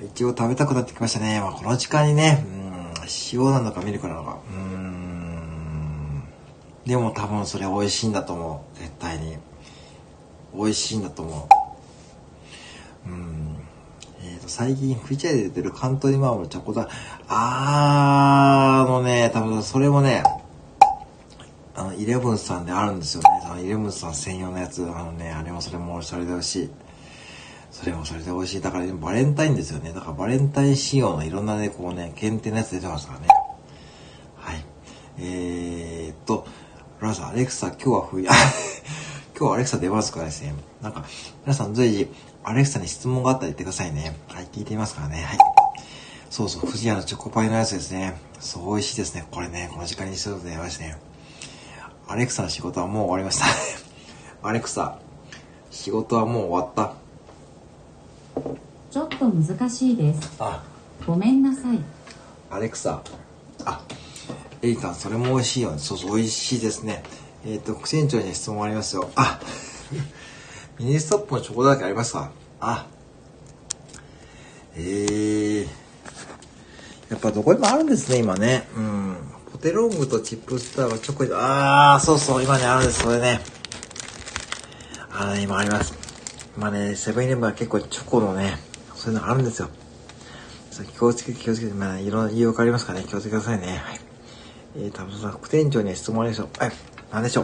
一応食べたくなってきましたね。この時間にね、塩なのかミルクなのか、でも多分それ美味しいんだと思う。絶対に。美味しいんだと思う。最近フィチャで出てるカントリーマームのチョコだ。多分それもね、イレブンさんであるんですよね。イレブンさん専用のやつ。あれもそれもそれで美味しい。それもそれで美味しい。だから、バレンタインですよね。だからバレンタイン仕様のいろんなね、こうね、限定のやつ出てますからね。はい。ラさん、アレクサ、今日は今日はアレクサ出ますからですね。なんか、皆さん随時、アレクサに質問があったら言ってくださいね。はい、聞いてみますからね。はい。そうそう、藤屋のチョコパイのやつですね。そう、美味しいですね。これね、この時間にするとやばいですね。アレクサの仕事はもう終わりました。アレクサ、仕事はもう終わった。 ちょっと難しいです。ごめんなさい。 アレクサ、エリカン、それも美味しいよね。そうそう、美味しいですね。副船長に質問ありますよ。ミニストップのチョコだらけありますか？やっぱどこでもあるんですね、今ね。ポテロングとチップスターがチョコで、そうそう、今ね、あるんです、それね。今あります。今ね、セブンイレブンは結構チョコのね、そういうのがあるんですよ。気をつけて、いろんな理由分かりますかね。気をつけてくださいね。はい。多分さん、副店長には質問ありましょう。何でしょ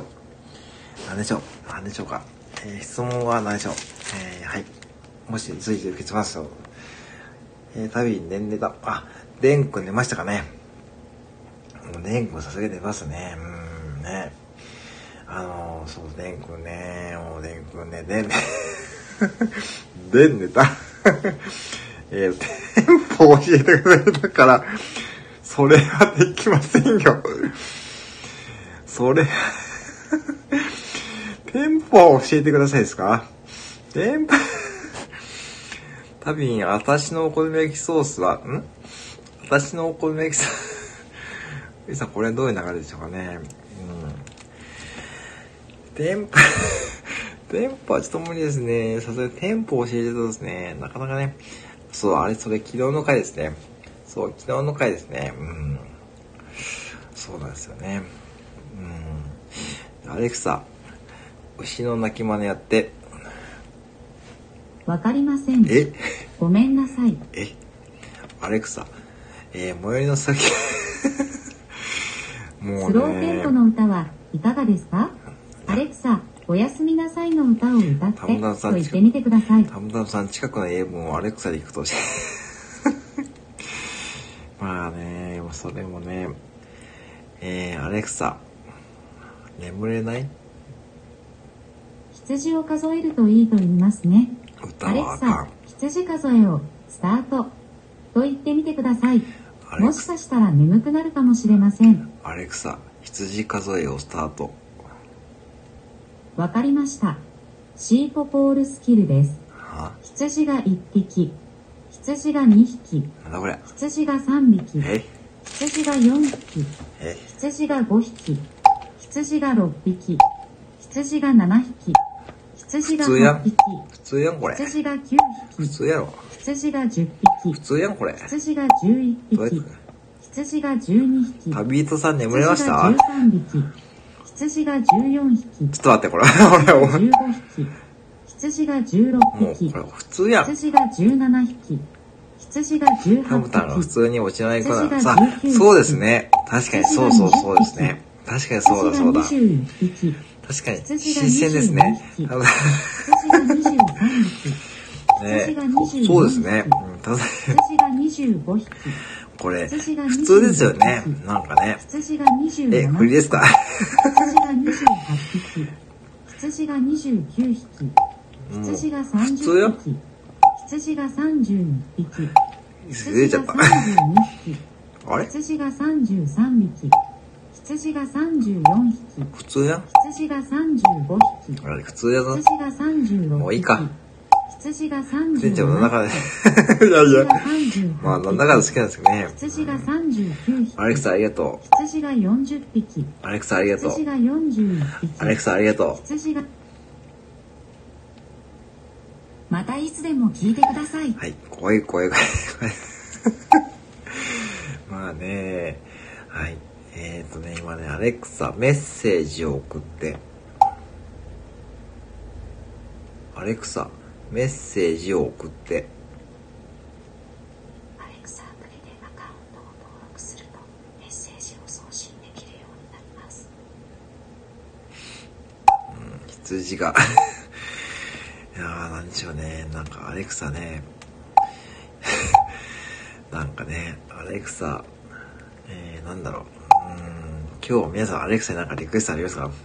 うか。質問は何でしょう。はい。もし随時受け付けますよ。旅に寝た。デン君寝ましたかね。デン君さすがに寝ますね。ね。そう、デン君ね。もうデン君ね。デン寝た。テンポを教えてくれたから、それはできませんよ。テンポを教えてくださいですか？多分、私のお好み焼きソースは、私のお好み焼きソース、さん、これはどういう流れでしょうかね。テンポはちょっと無理ですね。さすがにテンポを教えてるとですね、なかなかね、そう、それ昨日の回ですね。そう、昨日の回ですね。そうなんですよね。アレクサ、牛の鳴き真似やって。 わかりません。ごめんなさい。 アレクサ、最寄りの先。もうね。 スローテンポの歌はいかがですか？アレクサ、おやすみなさいの歌を歌ってと言ってみてください。 たむたむさん、近くの英文をアレクサで行くとしてまあね、それもね、アレクサ、眠れない？ 羊を数えるといいと言いますね。アレクサ、羊数えをスタートと言ってみてください。もしかしたら眠くなるかもしれません。 アレクサ、羊数えをスタート。 わかりました。 シーポポールスキルです。羊が1匹、羊が2匹、 なんだこれ。 羊が3匹、羊が4匹、羊が5匹、羊が6匹、羊が7匹、羊が8匹、 普通やんこれ。 羊が9匹、 普通やろ。 羊が10匹、 普通やんこれ。 羊が11匹、羊が12匹、 旅人さん眠れました？ 羊が13匹、羊が14匹、 ちょっと待って、これ。 15匹、羊が16匹、 これ普通やん。 羊が17匹、羊が18匹。 タムタンが普通に落ちないからさ、そうですね。確かにそうですね。確かにそうだ。確かに、新鮮ですね。 羊が23匹、羊が24匹、 そうですね。 羊が25匹、 これ、普通ですよね。なんかね。 羊が27匹、 振りですか？ 羊が28匹、羊が29匹、羊が30匹、羊が31匹、羊が32匹、 あれ？ 羊が33匹、羊が34匹、 普通やん。 羊が35匹、 あれ、普通やぞ。 羊が36匹、 もういいか。 羊が37 船長の中で。 匹、 いやいや。 羊が38匹、 まあ、なんだかんだ好きなんですけどね。 羊が39匹、 アレクサありがとう。 羊が40匹、 アレクサありがとう。 羊が41匹、 アレクサありがとう。 羊がまたいつでも聞いてください。 はい、怖い。まあね、はい。今ね、アレクサ、メッセージを送って。アレクサ、メッセージを送って。 アレクサアプリでアカウントを登録すると、メッセージを送信できるようになります。 羊が。いやー、なんでしょうね。なんか、アレクサね。なんかね、アレクサ、なんだろう。今日皆さんアレクサになんかリクエストありますか？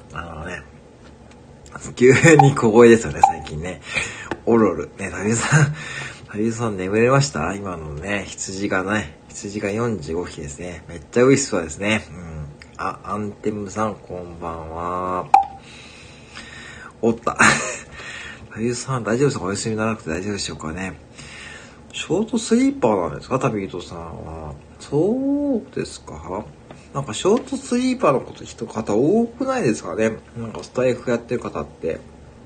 急に小声ですよね、最近ね。オロル。ね、旅人さん眠れました？今のね、羊が45匹ですね。めっちゃ美味しそうですね。アンテムさん、こんばんは。おった。旅人さん、大丈夫ですか？お休みにならなくて大丈夫でしょうかね。ショートスリーパーなんですか？旅人さんは。そうですか？なんかショートスリーパーの方多くないですかね。なんかスタイフやってる方って。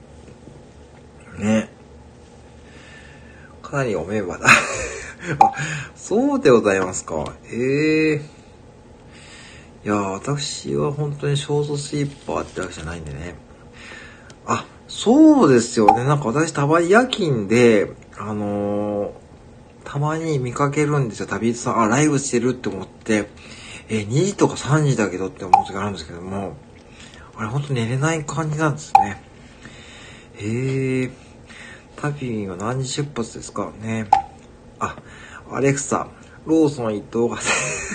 ね。かなりおメンバーだ。あ、そうでございますか。いや、私は本当にショートスリーパーってわけじゃないんでね。あ、そうですよね。なんか私たまに夜勤で、たまに見かけるんですよ。旅人さん、ライブしてるって思って、2時とか3時だけどって思う時あるんですけども、あれほんと寝れない感じなんですね。旅は何時出発ですかね。あ、アレクサ、ローソン伊藤が、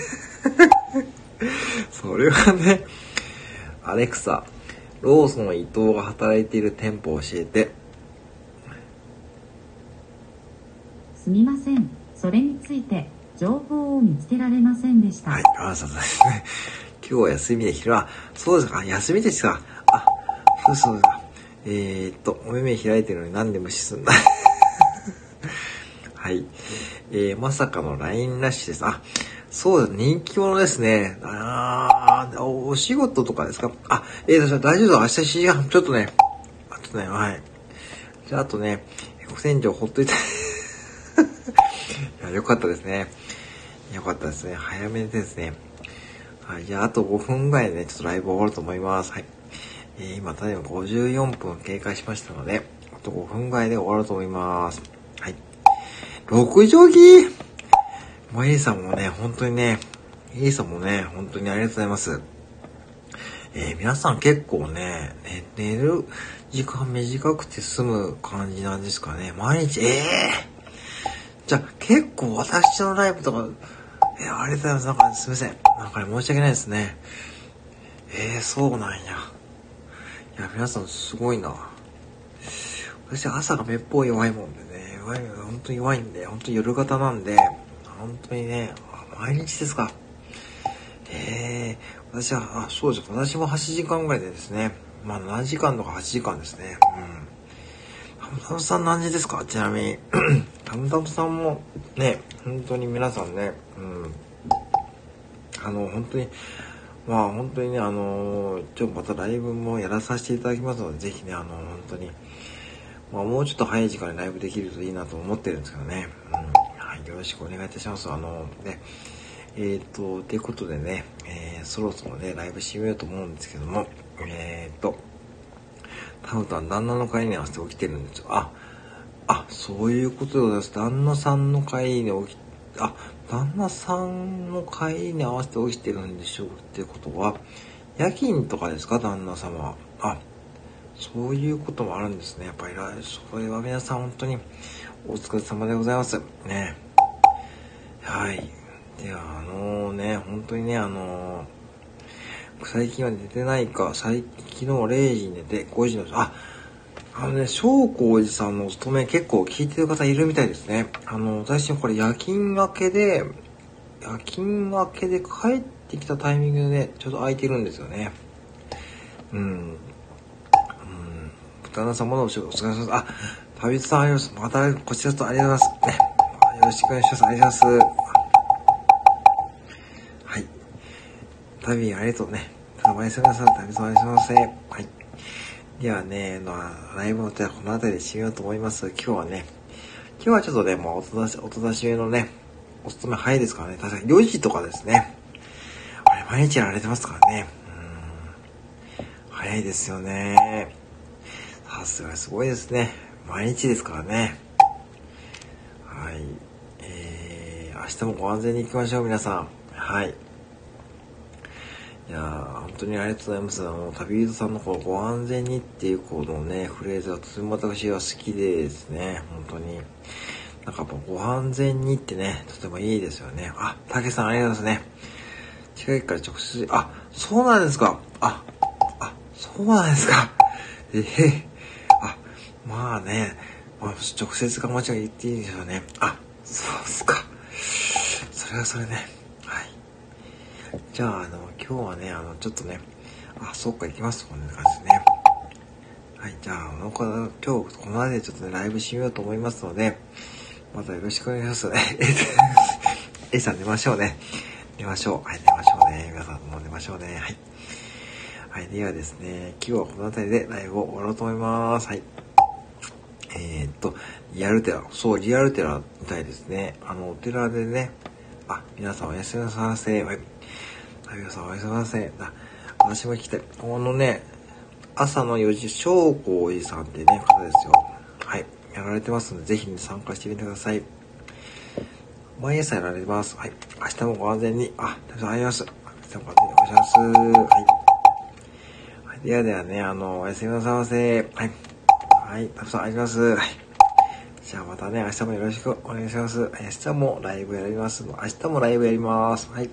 それはね、アレクサ、ローソン伊藤が働いている店舗を教えて。 すみません。それについて情報を見つけられませんでした。 はい、そうですね。今日は休みでそうですか、休みですか。そうですか。お目目開いてるのになんで無視すんだ。はい。まさかの LINE ラッシュです。そうです。人気者ですね。お仕事とかですか？大丈夫だ。明日7時半。ちょっとね、はい。じゃあ、あとね、副船長ほっといて。いや、よかったですね。早めですね。はい。じゃあ、あと5分ぐらいでね、ちょっとライブ終わると思います。はい。今、ただいま54分経過しましたので、あと5分ぐらいで終わると思います。はい。6時起きもうAさんもね、本当にね、Aさんもね、本当にありがとうございます。皆さん結構ね、寝る時間短くて済む感じなんですかね。毎日、じゃあ結構私のライブとか、ありがとうございます。なんかすみません。なんかね、申し訳ないですね。そうなんや。いや、皆さんすごいな。私朝がめっぽう弱いもんでね、本当に弱いんで、本当に夜型なんで、本当にね、毎日ですか。私は、そうです。私も8時間ぐらいでですね、7時間とか8時間ですね。 タムタムさん何時ですか？ちなみに。タムタムさんもね、本当に皆さんね、本当に、本当にね、一応またライブもやらさせていただきますので、ぜひね、本当に、もうちょっと早い時間にライブできるといいなと思ってるんですけどね。はい、よろしくお願いいたします。ということでね、そろそろね、ライブ締めようと思うんですけども、タムタン旦那の会に合わせて起きてるんですよ。そういうことでございます。旦那さんの会に旦那さんの会に合わせて起きてるんでしょうってことは、夜勤とかですか、旦那様は。そういうこともあるんですね。やっぱり、それは皆さん本当にお疲れ様でございます。ね。はい。では、本当にね、最近は寝てないか、昨日0時に寝て5時の、昇光寺さんのお勤め結構聞いてる方いるみたいですね。私これ夜勤明けで帰ってきたタイミングでね、ちょっと空いてるんですよね。旦那様のお仕事お疲れ様です。旅人さんありがとうございます。またこちらとありがとうございます。ね。よろしくお願いします。ありがとうございます。はい。旅ありがとうね。おやすみなさい。旅人おやすみなさい。はい。ではね、ライブの手はこの辺りで締めようと思います。今日はちょっとね、おとなしめのね、お勤め早いですからね。確かに4時とかですね。毎日やられてますからね。早いですよね。さすがすごいですね。毎日ですからね。はい。明日もご安全に行きましょう、皆さん。はい。いやー、本当にありがとうございます。旅人さんのご安全にっていうフレーズがとても私は好きでですね、本当に。なんかご安全にってね、とてもいいですよね。たけさんありがとうございますね。近いから直接、そうなんですか。そうなんですか。直接かもちろん言っていいですよね。そうですか。それはそれね。はい。じゃあ、今日はね、ちょっとね、そうか、行きます。こんな感じですね。はい。じゃあ、今日、この辺でちょっとね、ライブしようと思いますので、またよろしくお願いします。A さん寝ましょうね。寝ましょう。はい、寝ましょうね。皆さんも寝ましょうね。はい。はい。ではですね、今日はこの辺りでライブを終わろうと思います。はい。リアルテラみたいですね。お寺でね、皆さんおやすみなさいませ。はい。皆さんおやすみなさい。私も聞きたい。朝の4時、昇光寺さんってね、方ですよ。はい。やられてますので、ぜひ、ね、参加してみてください。毎朝やられてます。はい。明日もご安全に。ありがとうございます。明日もご安全にお願いします。はい。ではね、おやすみなさいませ。はい。はい。たくさんありがとうございます。はい。じゃあまたね、明日もよろしくお願いします。明日もライブやります。明日もライブやります。はい。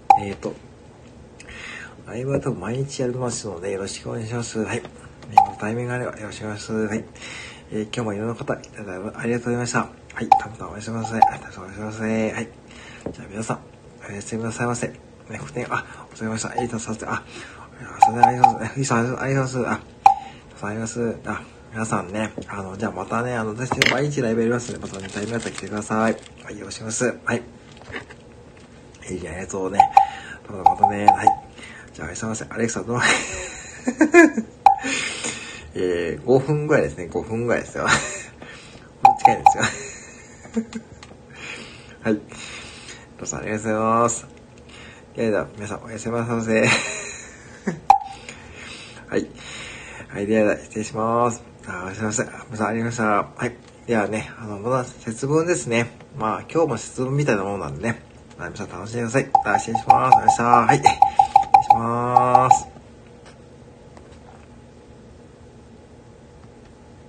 ライブは多分毎日やりますので、よろしくお願いします。はい。タイミングがあればよろしくお願いします。はい。今日もいろんな方いただいてありがとうございました。はい。たまたまおやすみなさい。たくさんおやすみなさい。はい。じゃあ皆さん、おやすみなさいませ。ね、お疲れ様でした。いいとさせて、ありがとうございます。いいさん、ありがとうございます。たくさんあります。皆さんね、じゃあまたね、私毎日ライブやりますので、またね、タイムライン来てください。はい、よろしくお願いします。はい。ありがとうね。またね、はい。じゃあ、すいません。アレクサ、どう5分ぐらいですね。5分ぐらいですよ。近いですよ。はい。どうぞありがとうございます。では、皆さんおやすみなさいませ。はい。はい、では、失礼します。おやすみなさい。皆さんありがとうございました。はい。ではね、まだ節分ですね。今日も節分みたいなものなんでね。皆さん楽しんでください。失礼します。はい。失礼します。